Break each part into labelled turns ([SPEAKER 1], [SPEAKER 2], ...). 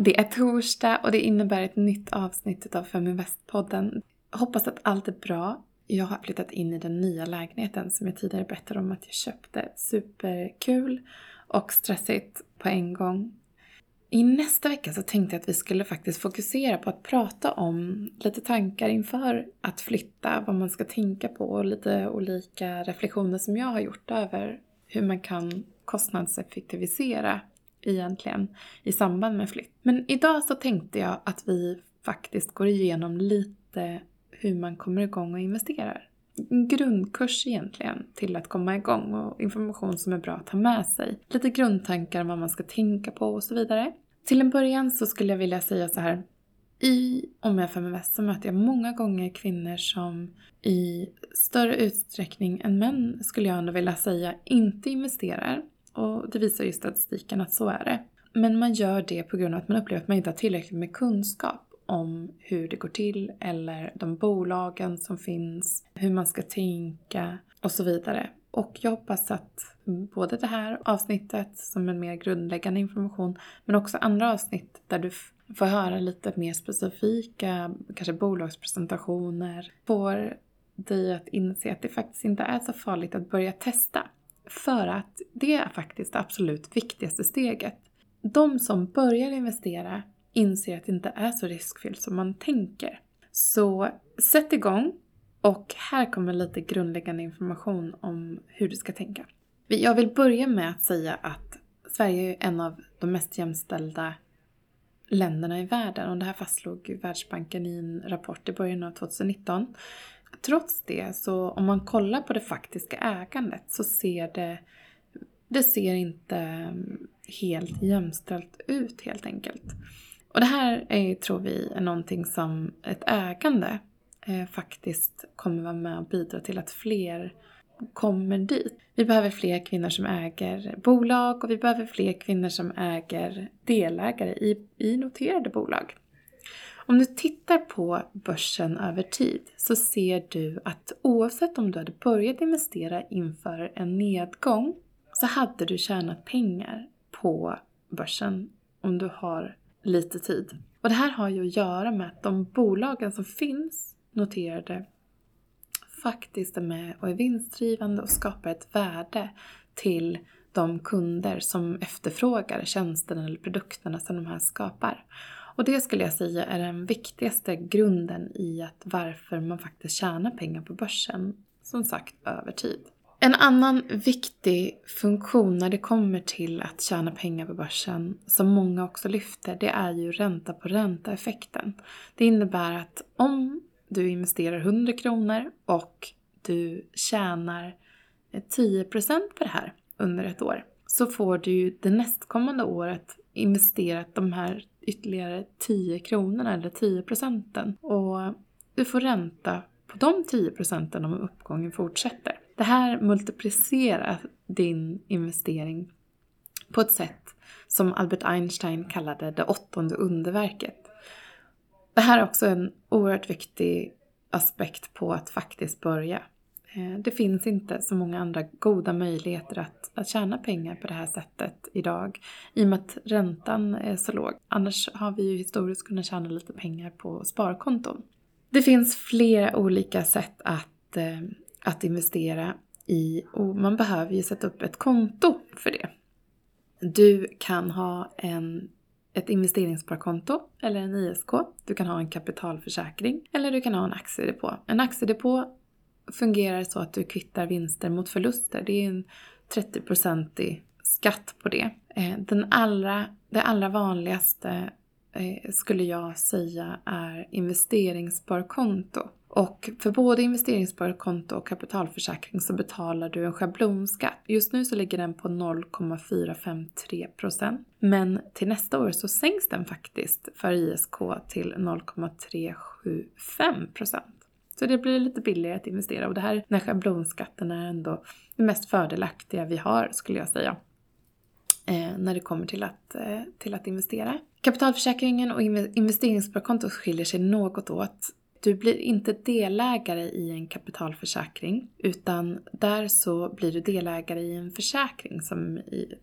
[SPEAKER 1] Det är torsdag och det innebär ett nytt avsnitt av Feminvest-podden. Hoppas att allt är bra. Jag har flyttat in i den nya lägenheten som jag tidigare berättade om att jag köpte. Superkul och stressigt på en gång. I nästa vecka så tänkte jag att vi skulle faktiskt fokusera på att prata om lite tankar inför att flytta. Vad man ska tänka på och lite olika reflektioner som jag har gjort över hur man kan kostnadseffektivisera egentligen i samband med flytt. Men idag så tänkte jag att vi faktiskt går igenom lite hur man kommer igång och investerar. En grundkurs egentligen till att komma igång och information som är bra att ha med sig. Lite grundtankar om vad man ska tänka på och så vidare. Till en början så skulle jag vilja säga så här. Om jag är Feminvest så möter jag många gånger kvinnor som i större utsträckning än män skulle jag ändå vilja säga inte investerar. Och det visar ju statistiken att så är det. Men man gör det på grund av att man upplever att man inte har tillräckligt med kunskap om hur det går till eller de bolagen som finns, hur man ska tänka och så vidare. Och jag hoppas att både det här avsnittet som en mer grundläggande information men också andra avsnitt där du får höra lite mer specifika, kanske bolagspresentationer, får dig att inse att det faktiskt inte är så farligt att börja testa. För att det är faktiskt det absolut viktigaste steget. De som börjar investera inser att det inte är så riskfyllt som man tänker. Så sätt igång och här kommer lite grundläggande information om hur du ska tänka. Jag vill börja med att säga att Sverige är en av de mest jämställda länderna i världen. Och det här fastslog Världsbanken i en rapport i början av 2019. Trots det så om man kollar på det faktiska ägandet så ser det ser inte helt jämställt ut helt enkelt. Och det här tror vi är någonting som ett ägande faktiskt kommer vara med och bidra till att fler kommer dit. Vi behöver fler kvinnor som äger bolag och vi behöver fler kvinnor som äger delägare i noterade bolag. Om du tittar på börsen över tid så ser du att oavsett om du hade börjat investera inför en nedgång så hade du tjänat pengar på börsen om du har lite tid. Och det här har ju att göra med att de bolagen som finns noterade faktiskt är med och är vinstdrivande och skapar ett värde till de kunder som efterfrågar tjänsterna eller produkterna som de här skapar. Och det skulle jag säga är den viktigaste grunden i att varför man faktiskt tjänar pengar på börsen, som sagt, över tid. En annan viktig funktion när det kommer till att tjäna pengar på börsen, som många också lyfter, det är ju ränta på ränta-effekten. Det innebär att om du investerar 100 kronor och du tjänar 10% på det här under ett år, så får du ju det nästkommande året investerat de här ytterligare 10 kronorna eller 10%. Och du får ränta på de 10% om uppgången fortsätter. Det här multiplicerar din investering på ett sätt som Albert Einstein kallade det 8:e underverket. Det här är också en oerhört viktig aspekt på att faktiskt börja. Det finns inte så många andra goda möjligheter att tjäna pengar på det här sättet idag. I och med att räntan är så låg. Annars har vi ju historiskt kunnat tjäna lite pengar på sparkonton. Det finns flera olika sätt att investera i. Och man behöver ju sätta upp ett konto för det. Du kan ha ett investeringssparkonto eller en ISK. Du kan ha en kapitalförsäkring eller du kan ha en aktiedepå. En aktiedepå fungerar så att du kvittar vinster mot förluster. Det är en 30% skatt på det. Det allra vanligaste skulle jag säga är investeringssparkonto. Och för både investeringssparkonto och kapitalförsäkring så betalar du en schablonskatt. Just nu så ligger den på 0,453%. Men till nästa år så sänks den faktiskt för ISK till 0,375%. Så det blir lite billigare att investera. Och det här, den här schablonskatten är ändå det mest fördelaktiga vi har, skulle jag säga. När det kommer till att investera. Kapitalförsäkringen och investeringssparkontot skiljer sig något åt. Du blir inte delägare i en kapitalförsäkring, utan där så blir du delägare i en försäkring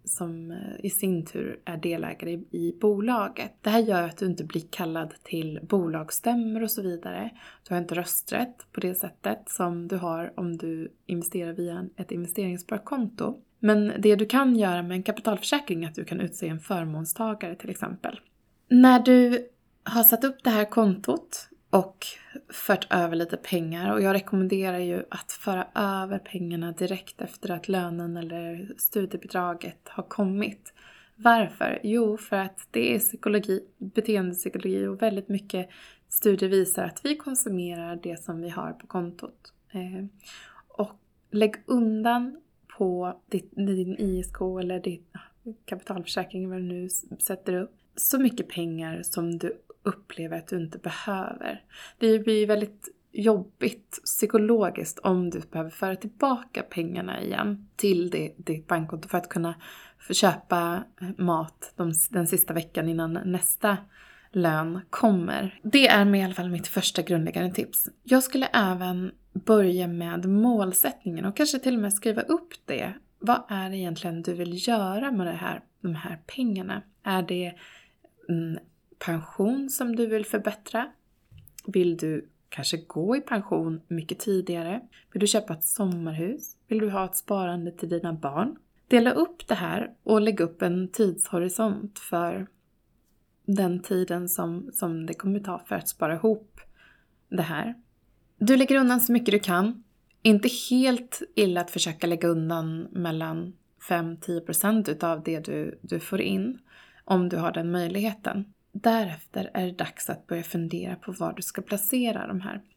[SPEAKER 1] som i sin tur är delägare i bolaget. Det här gör att du inte blir kallad till bolagsstämmor och så vidare. Du har inte rösträtt på det sättet som du har om du investerar via ett investeringssparkonto. Men det du kan göra med en kapitalförsäkring är att du kan utse en förmånstagare till exempel. När du har satt upp det här kontot och fört över lite pengar, och jag rekommenderar ju att föra över pengarna direkt efter att lönen eller studiebidraget har kommit. Varför? Jo, för att det är psykologi, beteendepsykologi, och väldigt mycket studier visar att vi konsumerar det som vi har på kontot. Och lägg undan på din ISK eller din kapitalförsäkring, vad du nu sätter upp, så mycket pengar som du upplever att du inte behöver. Det blir väldigt jobbigt psykologiskt om du behöver föra tillbaka pengarna igen till ditt bankkonto för att kunna köpa mat den sista veckan innan nästa lön kommer. Det är i alla fall mitt första grundläggande tips. Jag skulle även börja med målsättningen och kanske till och med skriva upp det. Vad är det egentligen du vill göra med de här pengarna? Är det pension som du vill förbättra? Vill du kanske gå i pension mycket tidigare? Vill du köpa ett sommarhus? Vill du ha ett sparande till dina barn? Dela upp det här och lägg upp en tidshorisont för den tiden som det kommer ta för att spara ihop det här. Du lägger undan så mycket du kan. Inte helt illa att försöka lägga undan mellan 5-10% utav det du får in, om du har den möjligheten. Därefter är det dags att börja fundera på var du ska placera de här.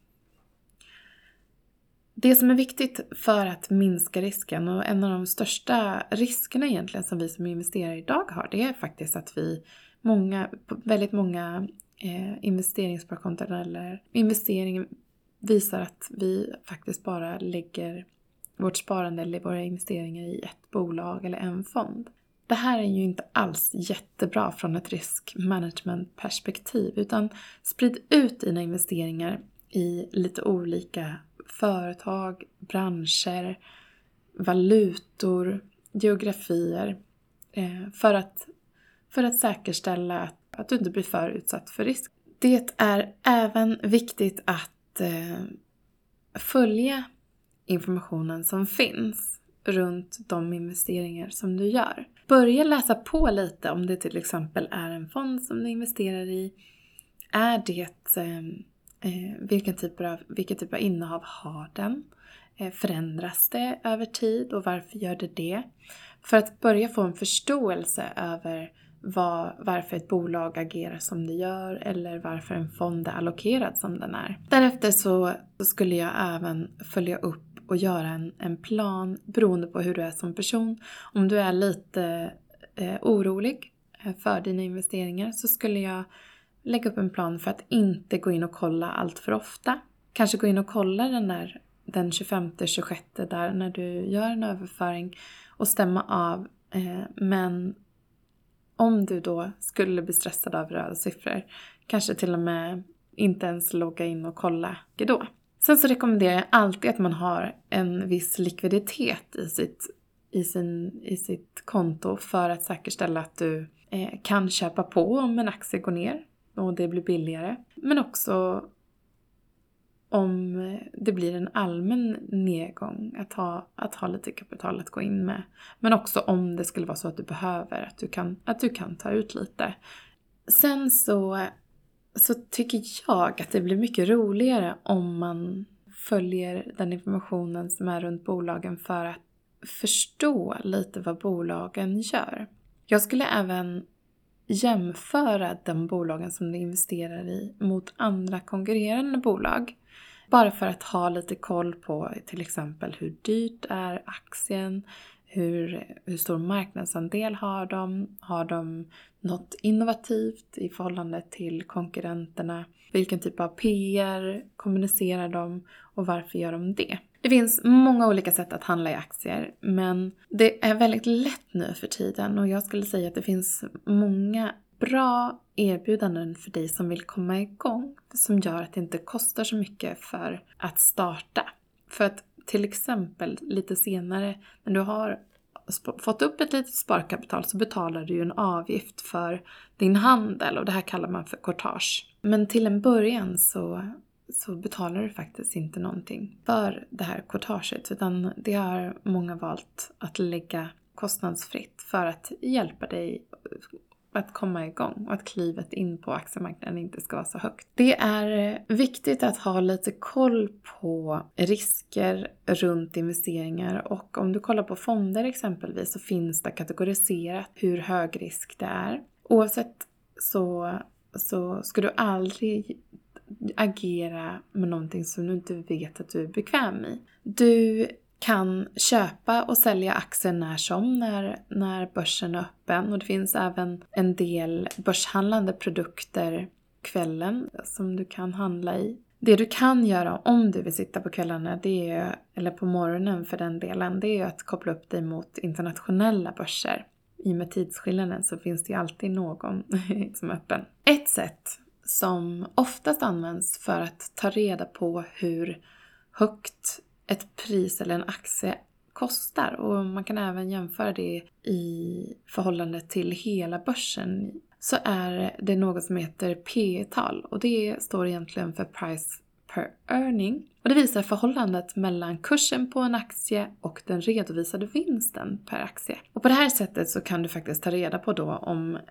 [SPEAKER 1] Det som är viktigt för att minska risken, och en av de största riskerna egentligen som vi som investerar idag har, det är faktiskt att väldigt många investeringssparkonton eller investeringar visar att vi faktiskt bara lägger vårt sparande eller våra investeringar i ett bolag eller en fond. Det här är ju inte alls jättebra från ett riskmanagement-perspektiv, utan sprid ut dina investeringar i lite olika företag, branscher, valutor, geografier för att säkerställa att du inte blir för utsatt för risk. Det är även viktigt att följa informationen som finns runt de investeringar som du gör. Börja läsa på lite om det till exempel är en fond som du investerar i. Är det vilken typ av innehav har den? Förändras det över tid och varför gör det? För att börja få en förståelse över varför ett bolag agerar som det gör eller varför en fond är allokerad som den är. Därefter så skulle jag även följa upp och göra en plan beroende på hur du är som person. Om du är lite orolig för dina investeringar så skulle jag lägga upp en plan för att inte gå in och kolla allt för ofta. Kanske gå in och kolla den 25-26 där när du gör en överföring och stämma av. Men om du då skulle bli stressad av röda siffror, kanske till och med inte ens logga in och kolla då. Sen så rekommenderar jag alltid att man har en viss likviditet i sitt konto för att säkerställa att du kan köpa på om en aktie går ner och det blir billigare. Men också om det blir en allmän nedgång att ha lite kapital att gå in med. Men också om det skulle vara så att du behöver, att du kan ta ut lite. Sen så tycker jag att det blir mycket roligare om man följer den informationen som är runt bolagen för att förstå lite vad bolagen gör. Jag skulle även jämföra de bolagen som du investerar i mot andra konkurrerande bolag. Bara för att ha lite koll på till exempel hur dyrt är aktien, hur stor marknadsandel har de? Har de något innovativt i förhållande till konkurrenterna? Vilken typ av PR kommunicerar de och varför gör de det? Det finns många olika sätt att handla i aktier, men det är väldigt lätt nu för tiden och jag skulle säga att det finns många bra erbjudanden för dig som vill komma igång som gör att det inte kostar så mycket för att starta. För att till exempel lite senare när du har fått upp ett litet sparkapital så betalar du ju en avgift för din handel och det här kallar man för courtage. Men till en början så betalar du faktiskt inte någonting för det här courtaget, utan det har många valt att lägga kostnadsfritt för att hjälpa dig att komma igång och att klivet in på aktiemarknaden inte ska vara så högt. Det är viktigt att ha lite koll på risker runt investeringar, och om du kollar på fonder exempelvis så finns det kategoriserat hur hög risk det är. Oavsett så ska du aldrig agera med någonting som du inte vet att du är bekväm i. Du kan köpa och sälja aktier när börsen är öppen, och det finns även en del börshandlande produkter kvällen som du kan handla i. Det du kan göra om du vill sitta på kvällarna, eller på morgonen för den delen, det är att koppla upp dig mot internationella börser. I och med tidsskillnaden så finns det alltid någon som är öppen. Ett sätt som oftast används för att ta reda på hur högt ett pris eller en aktie kostar, och man kan även jämföra det i förhållande till hela börsen, så är det något som heter P/E-tal, och det står egentligen för price per earning, och det visar förhållandet mellan kursen på en aktie och den redovisade vinsten per aktie. Och på det här sättet så kan du faktiskt ta reda på då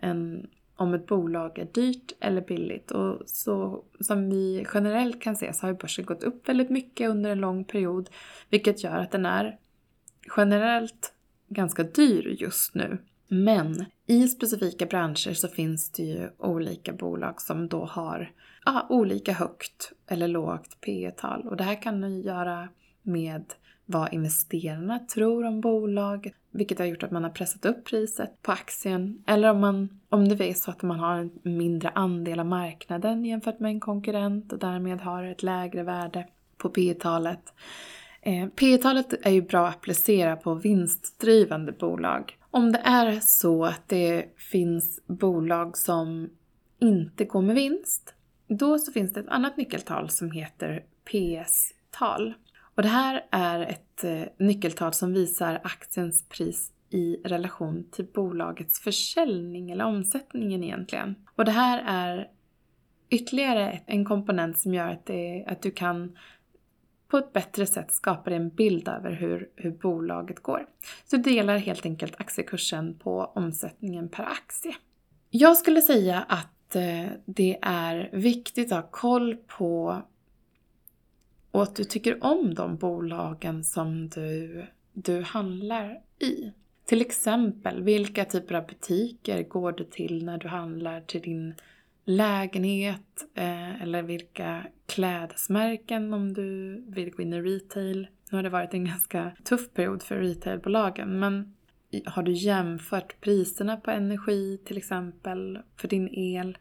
[SPEAKER 1] om ett bolag är dyrt eller billigt. Och så som vi generellt kan se så har ju börsen gått upp väldigt mycket under en lång period, vilket gör att den är generellt ganska dyr just nu. Men i specifika branscher så finns det ju olika bolag som då har olika högt eller lågt P/E-tal. Och det här kan du göra med vad investerarna tror om bolag, vilket har gjort att man har pressat upp priset på aktien. Eller om det är så att man har en mindre andel av marknaden jämfört med en konkurrent och därmed har ett lägre värde på P/E-talet. P/E-talet är ju bra att applicera på vinstdrivande bolag. Om det är så att det finns bolag som inte går med vinst, då så finns det ett annat nyckeltal som heter PS-tal. Och det här är ett nyckeltal som visar aktiens pris i relation till bolagets försäljning eller omsättningen egentligen. Och det här är ytterligare en komponent som gör att du kan på ett bättre sätt skapa en bild över hur bolaget går. Så du delar helt enkelt aktiekursen på omsättningen per aktie. Jag skulle säga att det är viktigt att ha koll på och att du tycker om de bolagen som du handlar i. Till exempel, vilka typer av butiker går du till när du handlar till din lägenhet, eller vilka klädesmärken om du vill gå in i retail. Nu har det varit en ganska tuff period för retailbolagen, men har du jämfört priserna på energi till exempel för din el?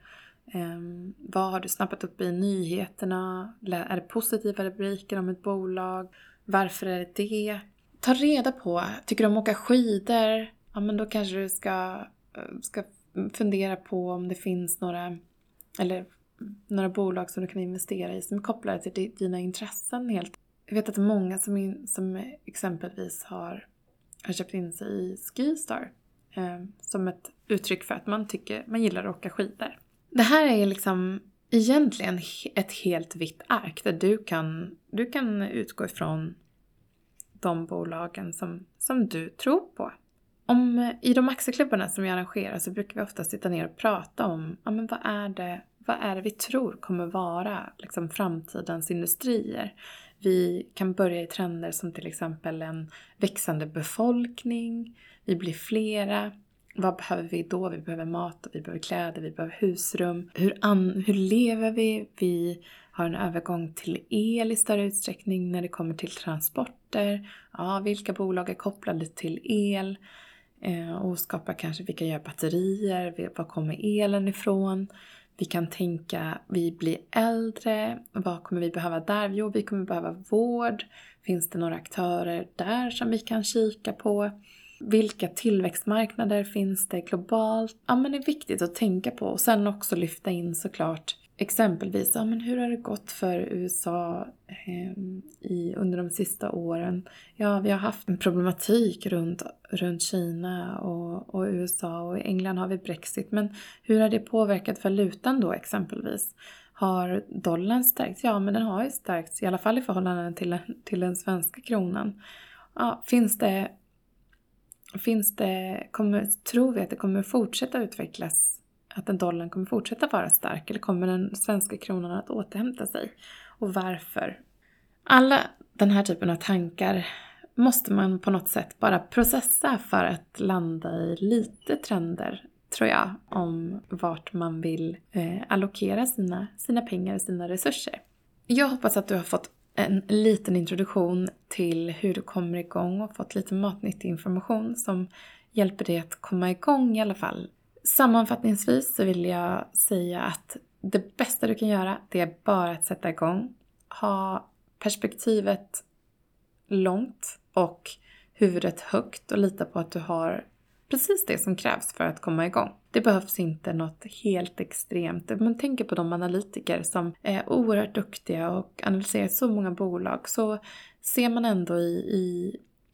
[SPEAKER 1] Vad har du snappat upp i nyheterna? Är det positiva rubriker om ett bolag? Varför är det det? Ta reda på, tycker du om att åka skidor? Ja, men då kanske du ska fundera på om det finns några bolag som du kan investera i som är kopplade till dina intressen helt. Jag vet att det är många som exempelvis har köpt in sig i Skistar som ett uttryck för att man gillar att åka skidor. Det här är liksom egentligen ett helt vitt ark där du kan utgå ifrån de bolagen som du tror på. I de aktieklubbarna som vi arrangerar så brukar vi ofta sitta ner och prata om vad är det vi tror kommer vara liksom framtidens industrier. Vi kan börja i trender som till exempel en växande befolkning. Vi blir flera. Vad behöver vi då? Vi behöver mat, vi behöver kläder, vi behöver husrum. Hur lever vi? Vi har en övergång till el i större utsträckning när det kommer till transporter. Ja, vilka bolag är kopplade till el? Och skapa kanske vilka gör batterier? Var kommer elen ifrån? Vi kan tänka, vi blir äldre. Vad kommer vi behöva där? Jo, vi kommer behöva vård. Finns det några aktörer där som vi kan kika på? Vilka tillväxtmarknader finns det globalt? Ja, men det är viktigt att tänka på. Och sen också lyfta in såklart exempelvis, men hur har det gått för USA under de sista åren? Ja, vi har haft en problematik runt Kina och USA, och i England har vi Brexit. Men hur har det påverkat valutan då exempelvis? Har dollarn stärkts? Ja, men den har ju stärkts, i alla fall i förhållande till den svenska kronan. Ja, tror vi att det kommer fortsätta utvecklas? Att den dollarn kommer fortsätta vara stark, eller kommer den svenska kronan att återhämta sig? Och varför? Alla den här typen av tankar måste man på något sätt bara processa för att landa i lite trender, tror jag, om vart man vill allokera sina pengar och sina resurser. Jag hoppas att du har fått en liten introduktion till hur du kommer igång och fått lite matnyttig information som hjälper dig att komma igång i alla fall. Sammanfattningsvis så vill jag säga att det bästa du kan göra, det är bara att sätta igång. Ha perspektivet långt och huvudet högt och lita på att du har precis det som krävs för att komma igång. Det behövs inte något helt extremt. Man tänker på de analytiker som är oerhört duktiga och analyserar så många bolag, så ser man ändå i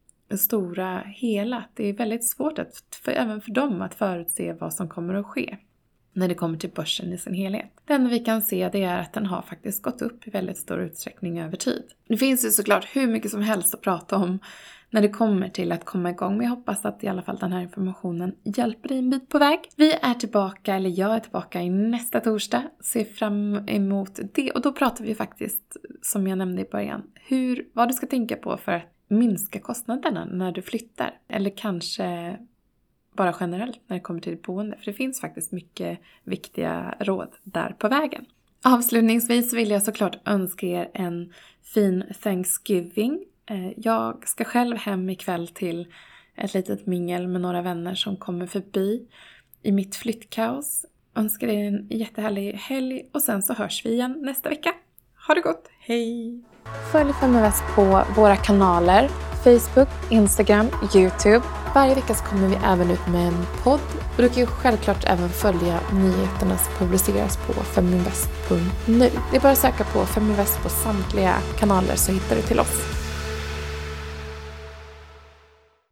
[SPEAKER 1] stora hela. Det är väldigt svårt även för dem att förutse vad som kommer att ske när det kommer till börsen i sin helhet. Det enda vi kan se, det är att den har faktiskt gått upp i väldigt stor utsträckning över tid. Det finns ju såklart hur mycket som helst att prata om när det kommer till att komma igång. Men jag hoppas att i alla fall den här informationen hjälper dig en bit på väg. Jag är tillbaka i nästa torsdag. Ser fram emot det. Och då pratar vi faktiskt, som jag nämnde i början, vad du ska tänka på för att minska kostnaderna när du flyttar. Eller kanske bara generellt när det kommer till ditt boende. För det finns faktiskt mycket viktiga råd där på vägen. Avslutningsvis vill jag såklart önska er en fin Thanksgiving. Jag ska själv hem ikväll till ett litet mingel med några vänner som kommer förbi i mitt flyttkaos. Önskar er en jättehärlig helg och sen så hörs vi igen nästa vecka. Ha det gott, hej! Följ Feminvest på våra kanaler Facebook, Instagram, YouTube. Varje vecka så kommer vi även ut med en podd. Och du kan ju självklart även följa nyheterna som publiceras på feminvest.nu. Det är bara att söka på Feminvest på samtliga kanaler så hittar du till oss.